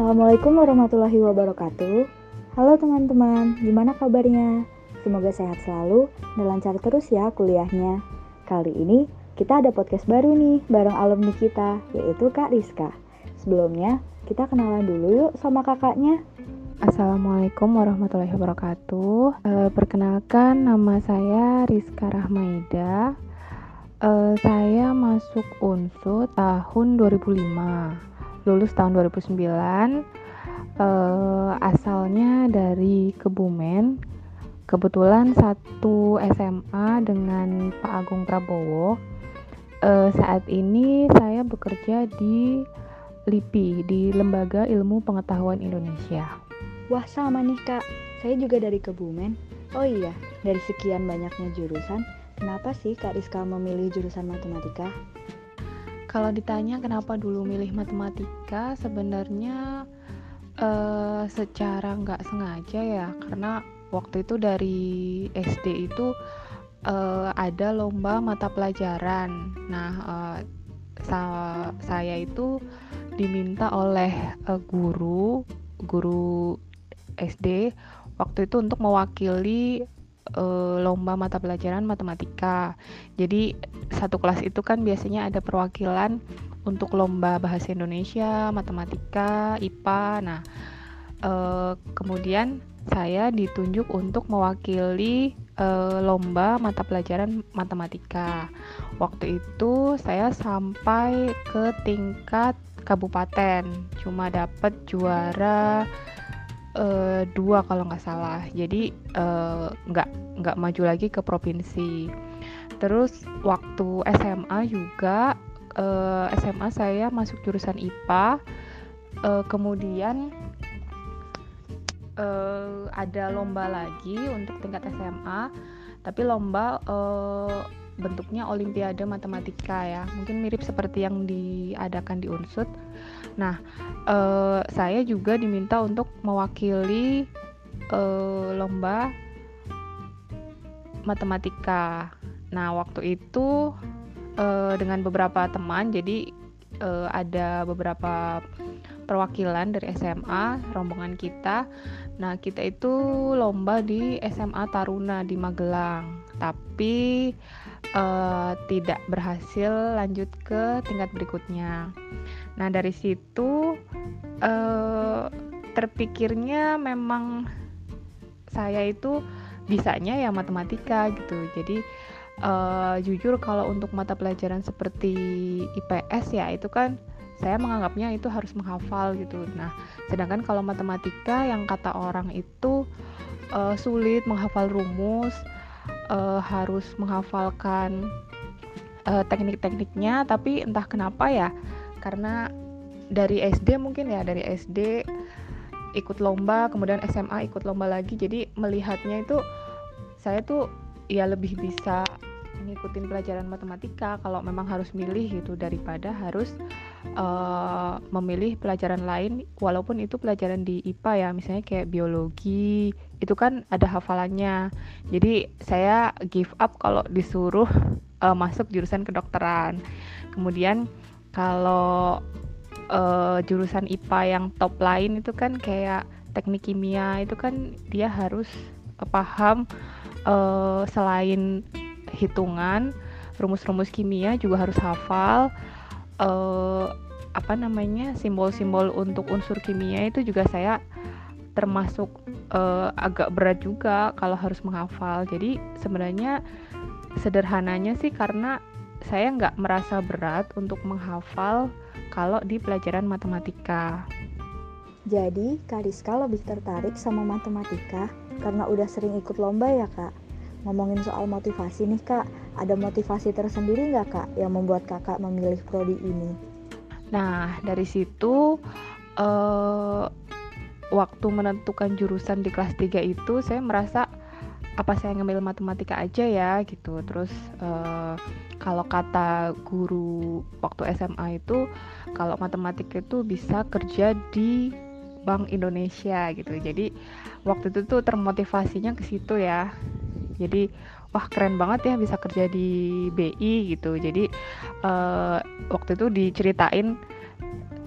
Assalamualaikum warahmatullahi wabarakatuh. Halo teman-teman, gimana kabarnya? Semoga sehat selalu dan lancar terus ya kuliahnya. Kali ini kita ada podcast baru nih bareng alumni kita, yaitu Kak Rizka. Sebelumnya, kita kenalan dulu yuk sama kakaknya. Assalamualaikum warahmatullahi wabarakatuh. Perkenalkan, nama saya Rizka Rahmaida. Saya masuk UNSUD tahun 2005, lulus tahun 2009. Asalnya dari Kebumen. Kebetulan satu SMA dengan Pak Agung Prabowo. Saat ini saya bekerja di LIPI, di Lembaga Ilmu Pengetahuan Indonesia. Wah, sama nih Kak, saya juga dari Kebumen. Oh iya, dari sekian banyaknya jurusan, kenapa sih Kak Rizka memilih jurusan matematika? Kalau ditanya kenapa dulu milih matematika, sebenarnya secara nggak sengaja ya, karena waktu itu dari SD itu ada lomba mata pelajaran. Nah, saya itu diminta oleh guru SD waktu itu untuk mewakili lomba mata pelajaran matematika. Jadi satu kelas itu kan biasanya ada perwakilan untuk lomba bahasa Indonesia, matematika, IPA. Nah, kemudian saya ditunjuk untuk mewakili lomba mata pelajaran matematika. Waktu itu saya sampai ke tingkat kabupaten, cuma dapat juara 2 kalau nggak salah. Jadi nggak maju lagi ke provinsi. Terus waktu SMA juga, SMA saya masuk jurusan IPA. Kemudian ada lomba lagi untuk tingkat SMA, tapi lomba bentuknya olimpiade matematika ya, mungkin mirip seperti yang diadakan di UNSUD. Nah, saya juga diminta untuk mewakili lomba matematika. Nah, waktu itu dengan beberapa teman, jadi ada beberapa perwakilan dari SMA, rombongan kita. Nah, kita itu lomba di SMA Taruna di Magelang, tapi tidak berhasil lanjut ke tingkat berikutnya. Nah, dari situ terpikirnya memang saya itu bisanya ya matematika gitu. Jadi jujur kalau untuk mata pelajaran seperti IPS ya itu kan saya menganggapnya itu harus menghafal gitu. Nah, sedangkan kalau matematika yang kata orang itu sulit menghafal rumus, harus menghafalkan teknik-tekniknya, tapi entah kenapa ya, karena dari SD mungkin ya, dari SD ikut lomba, kemudian SMA ikut lomba lagi, jadi melihatnya itu saya tuh ya lebih bisa ngikutin pelajaran matematika kalau memang harus milih gitu, daripada harus memilih pelajaran lain walaupun itu pelajaran di IPA ya, misalnya kayak biologi itu kan ada hafalannya. Jadi saya give up kalau disuruh masuk jurusan kedokteran. Kemudian kalau jurusan IPA yang top lain itu kan kayak teknik kimia, itu kan dia harus paham selain hitungan, rumus-rumus kimia juga harus hafal. Simbol-simbol untuk unsur kimia itu juga saya termasuk agak berat juga kalau harus menghafal. Jadi sebenarnya sederhananya sih karena saya nggak merasa berat untuk menghafal kalau di pelajaran matematika. Jadi, Kak Rizka lebih tertarik sama matematika karena udah sering ikut lomba ya Kak? Ngomongin soal motivasi nih Kak, ada motivasi tersendiri nggak Kak yang membuat Kakak memilih prodi ini? Nah, dari situ waktu menentukan jurusan di kelas 3 itu saya merasa apa saya ngambil matematika aja ya gitu. Terus kalau kata guru waktu SMA itu, kalau matematika itu bisa kerja di Bank Indonesia gitu. Jadi waktu itu tuh termotivasinya ke situ ya. Jadi wah keren banget ya bisa kerja di BI gitu. Jadi waktu itu diceritain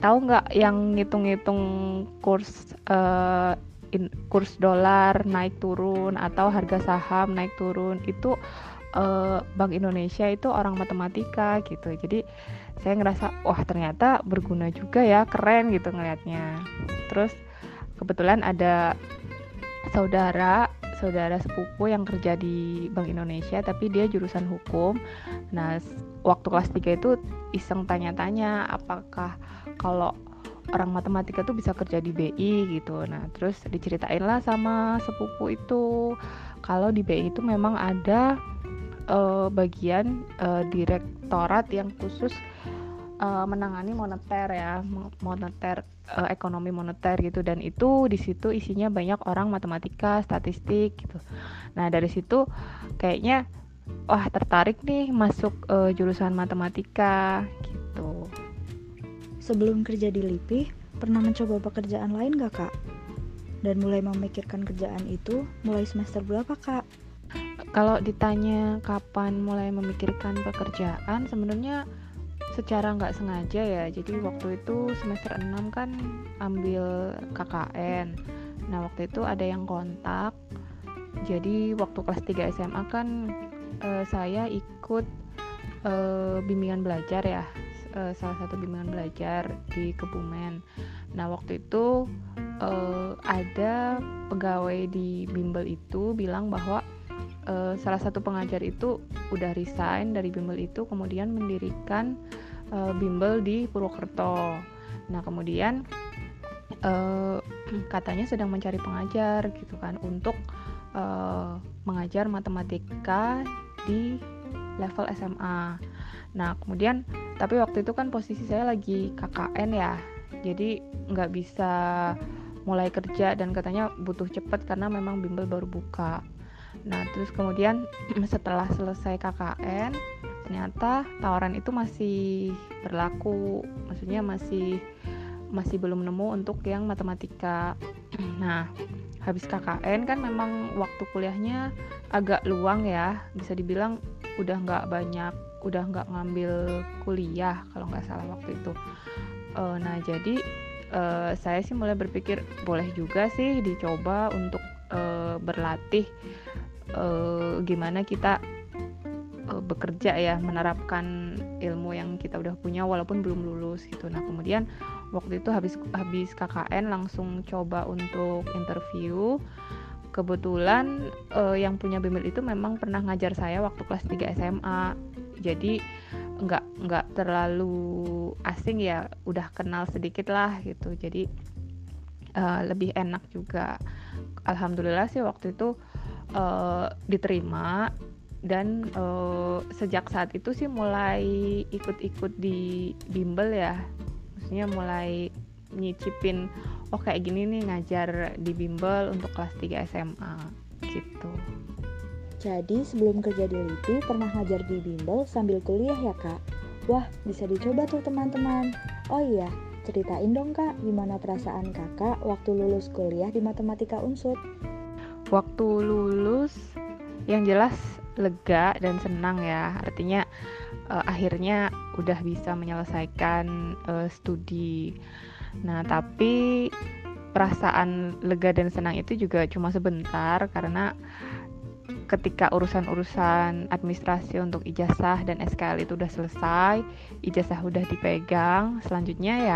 tahu nggak yang ngitung-ngitung kurs kurs dolar naik turun atau harga saham naik turun itu Bank Indonesia itu orang matematika gitu. Jadi saya ngerasa wah ternyata berguna juga ya, keren gitu ngelihatnya. Terus kebetulan ada saudara sepupu yang kerja di Bank Indonesia tapi dia jurusan hukum. Nah, waktu kelas 3 itu iseng tanya-tanya apakah kalau orang matematika tuh bisa kerja di BI gitu. Nah, terus diceritain lah sama sepupu itu kalau di BI itu memang ada bagian direktorat yang khusus menangani moneter ya, ekonomi moneter gitu, dan itu di situ isinya banyak orang matematika, statistik gitu. Nah, dari situ kayaknya wah tertarik nih masuk jurusan matematika gitu. Sebelum kerja di LIPI, pernah mencoba pekerjaan lain gak Kak? Dan mulai memikirkan kerjaan itu mulai semester berapa Kak? Kalau ditanya kapan mulai memikirkan pekerjaan, sebenarnya secara nggak sengaja ya. Jadi waktu itu semester 6 kan ambil KKN. Nah, waktu itu ada yang kontak. Jadi waktu kelas 3 SMA kan saya ikut bimbingan belajar ya. Salah satu bimbingan belajar di Kebumen. Nah, waktu itu ada pegawai di bimbel itu bilang bahwa salah satu pengajar itu udah resign dari bimbel itu, kemudian mendirikan bimbel di Purwokerto. Nah, kemudian katanya sedang mencari pengajar gitu kan untuk mengajar matematika di level SMA. Nah, kemudian tapi waktu itu kan posisi saya lagi KKN ya, jadi nggak bisa mulai kerja dan katanya butuh cepet karena memang bimbel baru buka. Nah, terus kemudian setelah selesai KKN, ternyata tawaran itu masih berlaku, maksudnya masih belum nemu untuk yang matematika. Nah, habis KKN kan memang waktu kuliahnya agak luang ya, bisa dibilang udah nggak ngambil kuliah kalau nggak salah waktu itu. Nah, jadi saya sih mulai berpikir boleh juga sih dicoba untuk berlatih gimana kita bekerja ya, menerapkan ilmu yang kita udah punya walaupun belum lulus gitu. Nah, kemudian waktu itu habis KKN langsung coba untuk interview. Kebetulan yang punya bimbel itu memang pernah ngajar saya waktu kelas 3 SMA. Jadi nggak terlalu asing ya, udah kenal sedikit lah gitu. Jadi lebih enak juga. Alhamdulillah sih waktu itu diterima, dan sejak saat itu sih mulai ikut-ikut di bimbel ya, maksudnya mulai nyicipin oh kayak gini nih ngajar di bimbel untuk kelas 3 SMA gitu. Jadi sebelum kerja di LIPI pernah ngajar di bimbel sambil kuliah ya Kak? Wah, bisa dicoba tuh teman-teman. Oh iya, ceritain dong Kak, gimana perasaan Kakak waktu lulus kuliah di Matematika Unsud? Waktu lulus yang jelas lega dan senang ya, artinya akhirnya udah bisa menyelesaikan studi. Nah, tapi perasaan lega dan senang itu juga cuma sebentar, karena ketika urusan-urusan administrasi untuk ijazah dan SKL itu udah selesai, ijazah udah dipegang, selanjutnya ya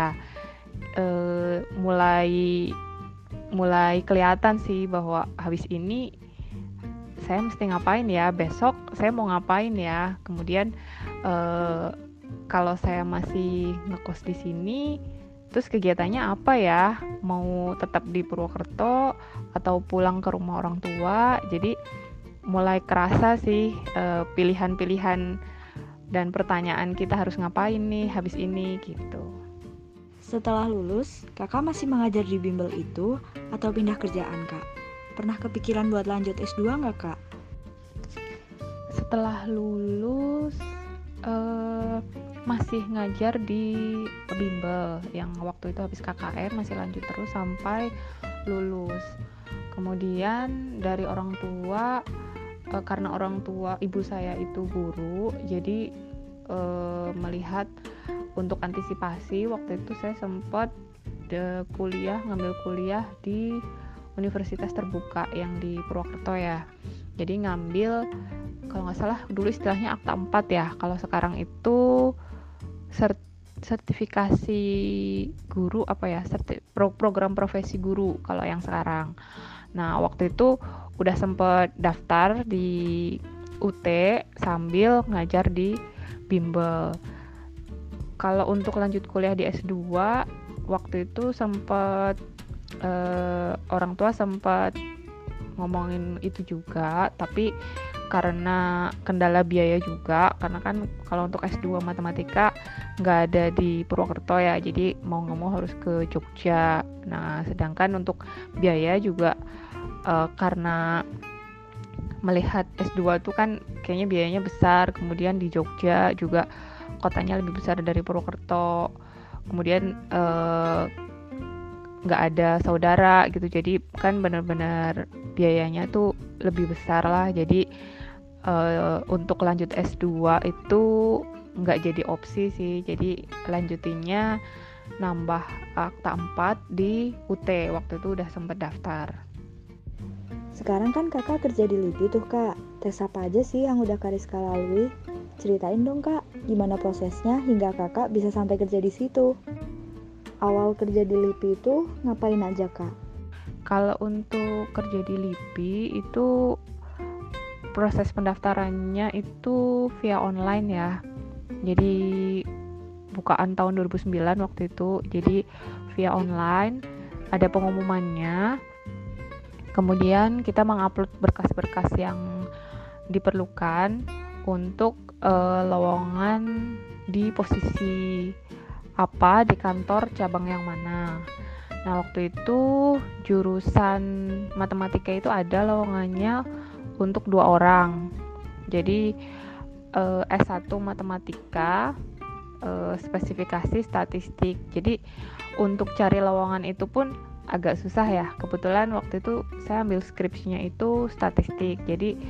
mulai kelihatan sih bahwa habis ini saya mesti ngapain ya, besok saya mau ngapain ya. Kemudian kalau saya masih ngekos di sini, terus kegiatannya apa ya, mau tetap di Purwokerto atau pulang ke rumah orang tua. Jadi mulai kerasa sih pilihan-pilihan dan pertanyaan kita harus ngapain nih habis ini gitu. Setelah lulus, Kakak masih mengajar di bimbel itu atau pindah kerjaan Kak? Pernah kepikiran buat lanjut S2 nggak Kak? Setelah lulus masih ngajar di bimbel yang waktu itu habis KKN, masih lanjut terus sampai lulus. Kemudian dari orang tua, karena orang tua ibu saya itu guru, jadi melihat untuk antisipasi waktu itu saya sempat ngambil kuliah di Universitas Terbuka yang di Purwokerto ya. Jadi ngambil, kalau nggak salah dulu istilahnya akta 4 ya, kalau sekarang itu sertifikasi guru program profesi guru kalau yang sekarang. Nah waktu itu udah sempet daftar di UT sambil ngajar di bimbel. Kalau untuk lanjut kuliah di S2 waktu itu sempat orang tua sempat ngomongin itu juga, tapi karena kendala biaya juga, karena kan kalau untuk S2 matematika nggak ada di Purwokerto ya, jadi mau nggak mau harus ke Jogja. Nah sedangkan untuk biaya juga karena melihat S2 itu kan kayaknya biayanya besar, kemudian di Jogja juga kotanya lebih besar dari Purwokerto, kemudian nggak ada saudara gitu, jadi kan benar-benar biayanya tuh lebih besar lah. Jadi untuk lanjut S2 itu nggak jadi opsi sih, jadi lanjutinnya nambah akta 4 di UT, waktu itu udah sempet daftar. Sekarang kan kakak kerja di LIPI tuh kak, tes apa aja sih yang udah Kariska lalui? Ceritain dong kak, gimana prosesnya hingga kakak bisa sampai kerja di situ? Awal kerja di LIPI itu ngapain aja kak? Kalau untuk kerja di LIPI itu proses pendaftarannya itu via online ya. Jadi bukaan tahun 2009 waktu itu, jadi via online, ada pengumumannya. Kemudian kita mengupload berkas-berkas yang diperlukan untuk lowongan di posisi apa di kantor cabang yang mana. Nah waktu itu jurusan matematika itu ada lowongannya untuk 2 orang. Jadi S1 matematika, spesifikasi statistik. Jadi untuk cari lowongan itu pun agak susah ya. Kebetulan waktu itu saya ambil skripsinya itu statistik. Jadi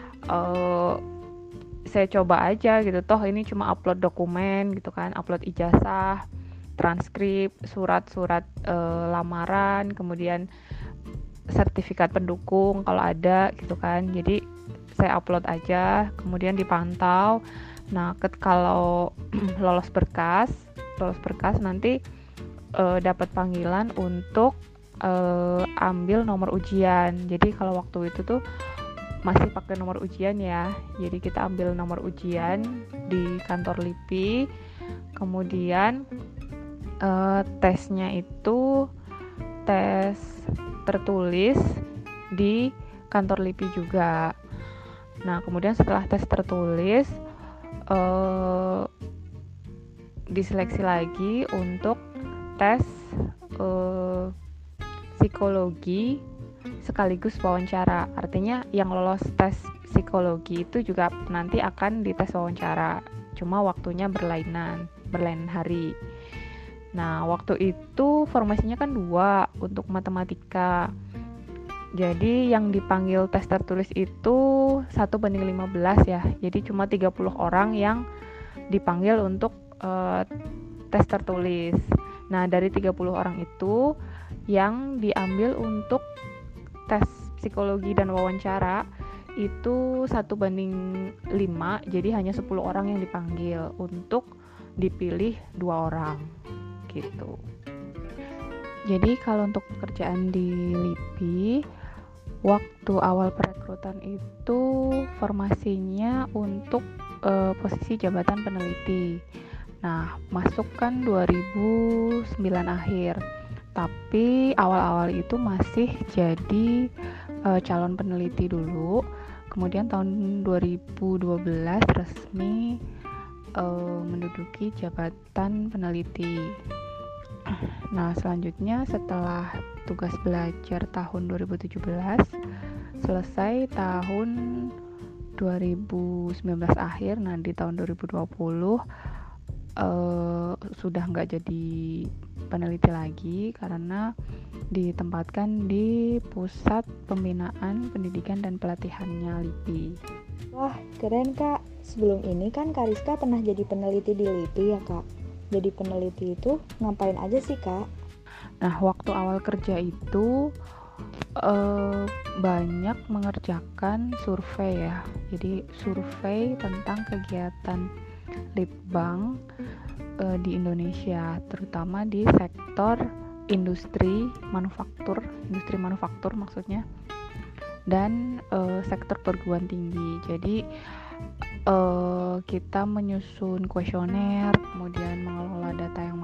saya coba aja gitu, toh ini cuma upload dokumen gitu kan, upload ijazah, transkrip, surat-surat lamaran, kemudian sertifikat pendukung kalau ada gitu kan. Jadi saya upload aja, kemudian dipantau. Nah kalau lolos berkas nanti dapat panggilan untuk ambil nomor ujian. Jadi kalau waktu itu tuh masih pakai nomor ujian ya, jadi kita ambil nomor ujian di kantor LIPI, kemudian tesnya itu tes tertulis di kantor LIPI juga. Nah kemudian setelah tes tertulis diseleksi lagi untuk tes psikologi sekaligus wawancara. Artinya yang lolos tes psikologi itu juga nanti akan dites wawancara, cuma waktunya berlainan hari. Nah waktu itu formasinya kan 2 untuk matematika. Jadi yang dipanggil tes tertulis itu 1:15 ya. Jadi cuma 30 orang yang dipanggil untuk tes tertulis. Nah dari 30 orang itu yang diambil untuk tes psikologi dan wawancara itu 1:5, jadi hanya 10 orang yang dipanggil untuk dipilih 2 orang gitu. Jadi kalau untuk pekerjaan di LIPI waktu awal perekrutan itu formasinya untuk posisi jabatan peneliti. Nah masuk kan 2009 akhir, tapi awal-awal itu masih jadi calon peneliti dulu. Kemudian tahun 2012 resmi menduduki jabatan peneliti. Nah selanjutnya setelah tugas belajar tahun 2017 selesai tahun 2019 akhir, nah di tahun 2020 sudah nggak jadi peneliti lagi karena ditempatkan di Pusat Pembinaan Pendidikan dan Pelatihannya LIPI. Wah keren kak, sebelum ini kan Kariska pernah jadi peneliti di LIPI ya kak. Jadi peneliti itu ngapain aja sih, Kak? Nah, waktu awal kerja itu banyak mengerjakan survei ya. Jadi survei tentang kegiatan litbang di Indonesia, terutama di sektor industri manufaktur maksudnya, dan sektor perguruan tinggi. Jadi kita menyusun kuesioner, kemudian mengolah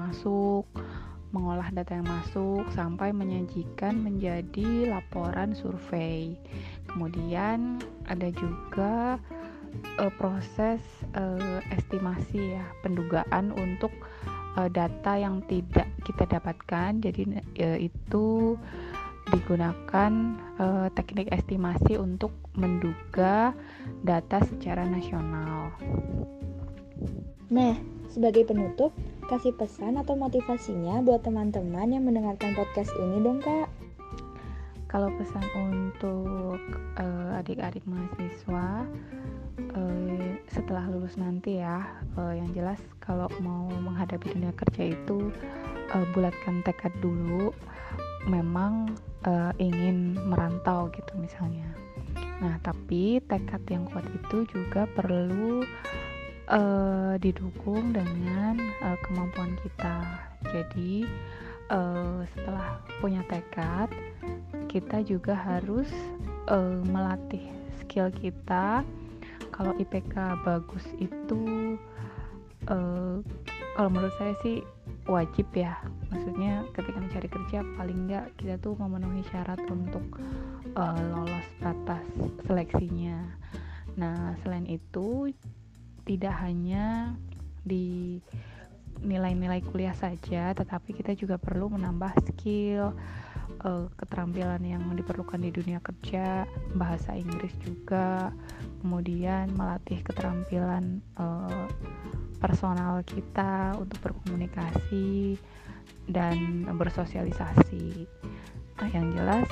data yang masuk sampai menyajikan menjadi laporan survei. Kemudian ada juga proses estimasi ya, pendugaan untuk data yang tidak kita dapatkan. Jadi itu digunakan teknik estimasi untuk menduga data secara nasional. Nah, sebagai penutup, kasih pesan atau motivasinya buat teman-teman yang mendengarkan podcast ini dong, Kak. Kalau pesan untuk adik-adik mahasiswa setelah lulus nanti ya, yang jelas kalau mau menghadapi dunia kerja itu bulatkan tekad dulu. Memang ingin merantau gitu misalnya. Nah, tapi tekad yang kuat itu juga perlu didukung dengan kemampuan kita. Jadi setelah punya tekad, kita juga harus melatih skill kita. Kalau IPK bagus itu kalau menurut saya sih wajib ya. Maksudnya ketika mencari kerja paling enggak kita tuh memenuhi syarat untuk lolos batas seleksinya. Nah, selain itu tidak hanya di nilai-nilai kuliah saja, tetapi kita juga perlu menambah skill, keterampilan yang diperlukan di dunia kerja, bahasa Inggris juga, kemudian melatih keterampilan personal kita untuk berkomunikasi dan bersosialisasi. Nah, yang jelas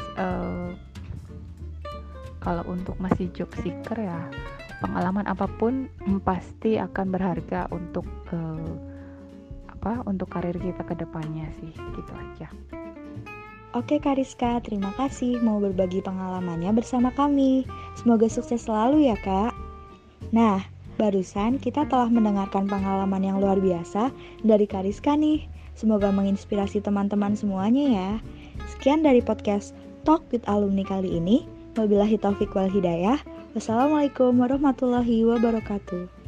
kalau untuk masih job seeker ya, pengalaman apapun pasti akan berharga untuk untuk karir kita ke depannya sih, gitu aja. Oke Kak Rizka, terima kasih mau berbagi pengalamannya bersama kami. Semoga sukses selalu ya Kak. Nah, barusan kita telah mendengarkan pengalaman yang luar biasa dari Kak Rizka nih. Semoga menginspirasi teman-teman semuanya ya. Sekian dari podcast Talk with Alumni kali ini. Wabillahi taufiq wal hidayah. Wassalamualaikum warahmatullahi wabarakatuh.